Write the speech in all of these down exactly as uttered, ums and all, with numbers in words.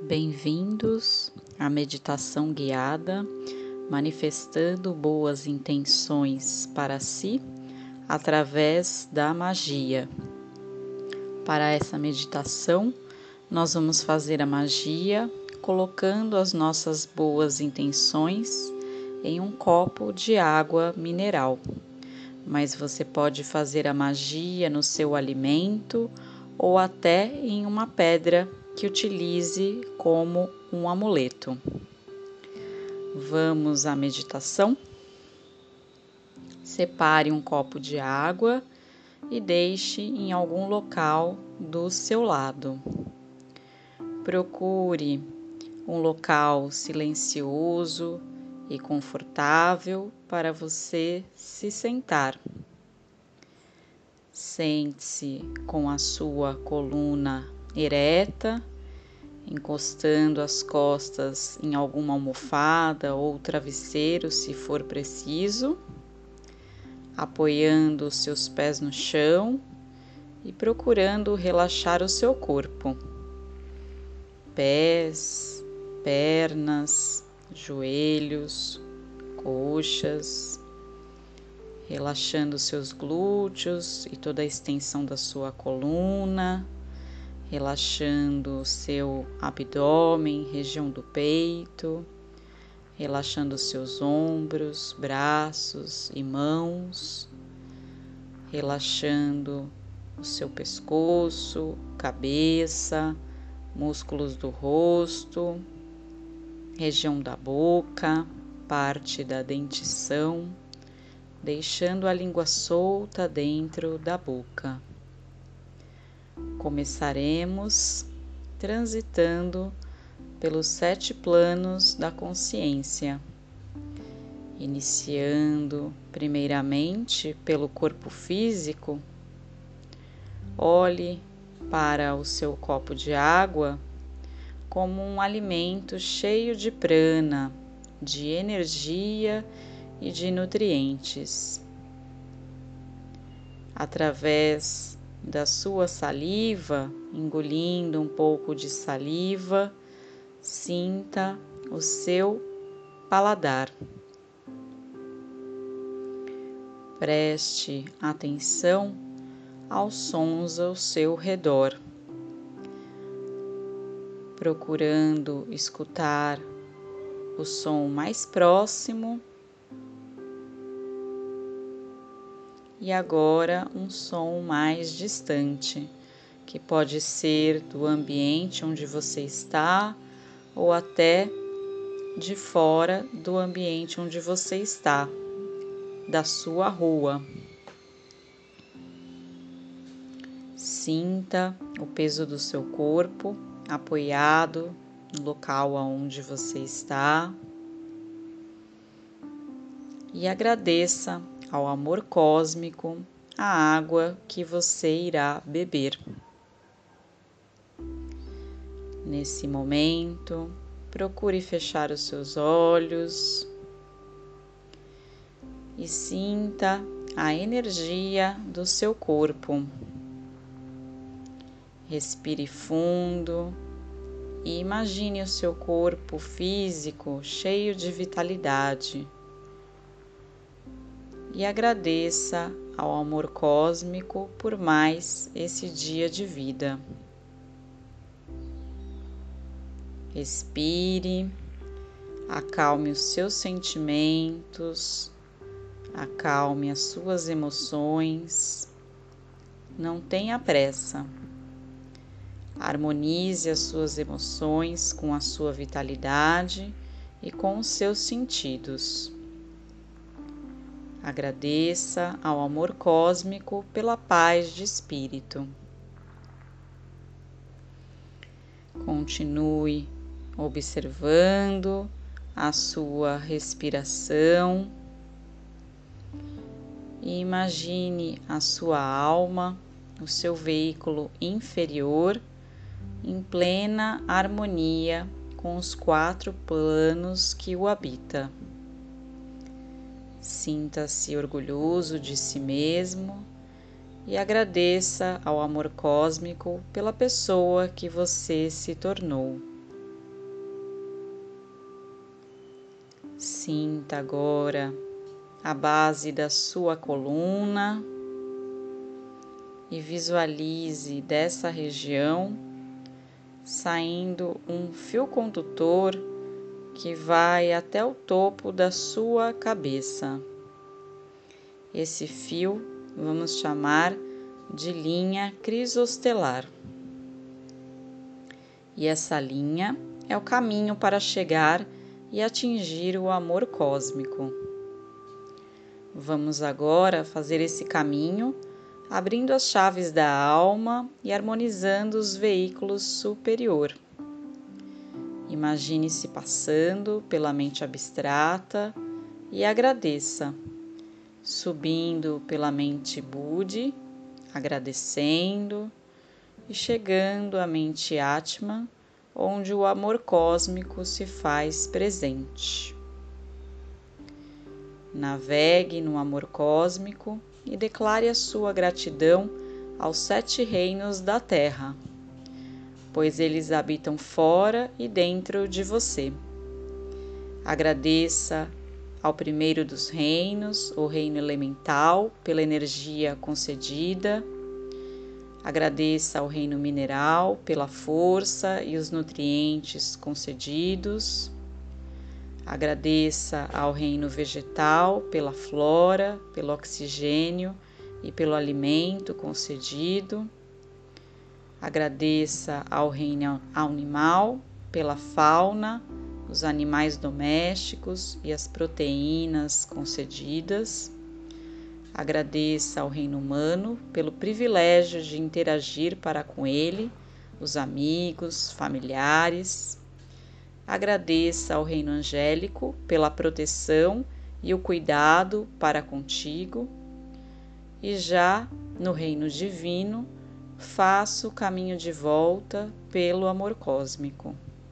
Bem-vindos à meditação guiada, manifestando boas intenções para si através da magia. Para essa meditação, nós vamos fazer a magia colocando as nossas boas intenções em um copo de água mineral. Mas você pode fazer a magia no seu alimento ou até em uma pedra que utilize como um amuleto. Vamos à meditação? Separe um copo de água e deixe em algum local do seu lado. Procure um local silencioso e confortável para você se sentar. Sente-se com a sua coluna ereta, encostando as costas em alguma almofada ou travesseiro, se for preciso, apoiando os seus pés no chão e procurando relaxar o seu corpo. Pés, pernas, joelhos, coxas, relaxando seus glúteos e toda a extensão da sua coluna, relaxando o seu abdômen, região do peito, relaxando seus ombros, braços e mãos, relaxando o seu pescoço, cabeça, músculos do rosto, região da boca, parte da dentição, deixando a língua solta dentro da boca. Começaremos transitando pelos sete planos da consciência, iniciando primeiramente pelo corpo físico. Olhe para o seu copo de água como um alimento cheio de prana, de energia e de nutrientes. Através da sua saliva, engolindo um pouco de saliva, sinta o seu paladar. Preste atenção aos sons ao seu redor, procurando escutar o som mais próximo e agora um som mais distante, que pode ser do ambiente onde você está ou até de fora do ambiente onde você está, da sua rua. Sinta o peso do seu corpo apoiado no local onde você está e agradeça ao amor cósmico a água que você irá beber. Nesse momento, procure fechar os seus olhos e sinta a energia do seu corpo. Respire fundo e imagine o seu corpo físico cheio de vitalidade. E agradeça ao amor cósmico por mais esse dia de vida. Respire, acalme os seus sentimentos, acalme as suas emoções. Não tenha pressa. Harmonize as suas emoções com a sua vitalidade e com os seus sentidos. Agradeça ao amor cósmico pela paz de espírito. Continue observando a sua respiração e imagine a sua alma, o seu veículo inferior, em plena harmonia com os quatro planos que o habitam. Sinta-se orgulhoso de si mesmo e agradeça ao amor cósmico pela pessoa que você se tornou. Sinta agora a base da sua coluna e visualize dessa região saindo um fio condutor que vai até o topo da sua cabeça. Esse fio vamos chamar de linha crisostelar. E essa linha é o caminho para chegar e atingir o amor cósmico. Vamos agora fazer esse caminho, abrindo as chaves da alma e harmonizando os veículos superior. Imagine-se passando pela mente abstrata e agradeça, subindo pela mente Budi, agradecendo, e chegando à mente Atman, onde o amor cósmico se faz presente. Navegue no amor cósmico e declare a sua gratidão aos sete reinos da Terra, pois eles habitam fora e dentro de você. Agradeça ao primeiro dos reinos, o reino elemental, pela energia concedida. Agradeça ao reino mineral pela força e os nutrientes concedidos. Agradeça ao reino vegetal pela flora, pelo oxigênio e pelo alimento concedido. Agradeça ao reino animal pela fauna, os animais domésticos e as proteínas concedidas. Agradeça ao reino humano pelo privilégio de interagir para com ele, os amigos, familiares. Agradeça ao reino angélico pela proteção e o cuidado para contigo. E já no reino divino, faça o caminho de volta pelo amor cósmico.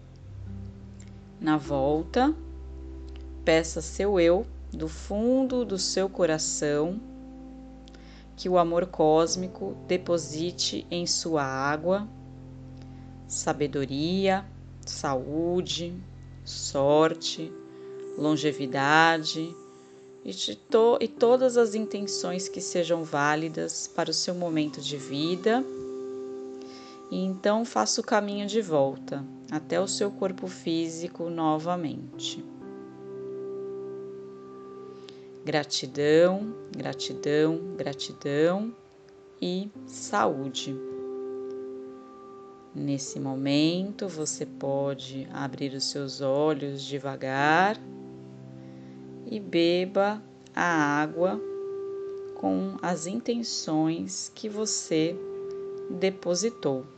Na volta, peça seu eu, do fundo do seu coração, que o amor cósmico deposite em sua água sabedoria, saúde, sorte, longevidade e, de to- e todas as intenções que sejam válidas para o seu momento de vida. E então faça o caminho de volta até o seu corpo físico novamente. Gratidão, gratidão, gratidão e saúde. Nesse momento, você pode abrir os seus olhos devagar e beba a água com as intenções que você depositou.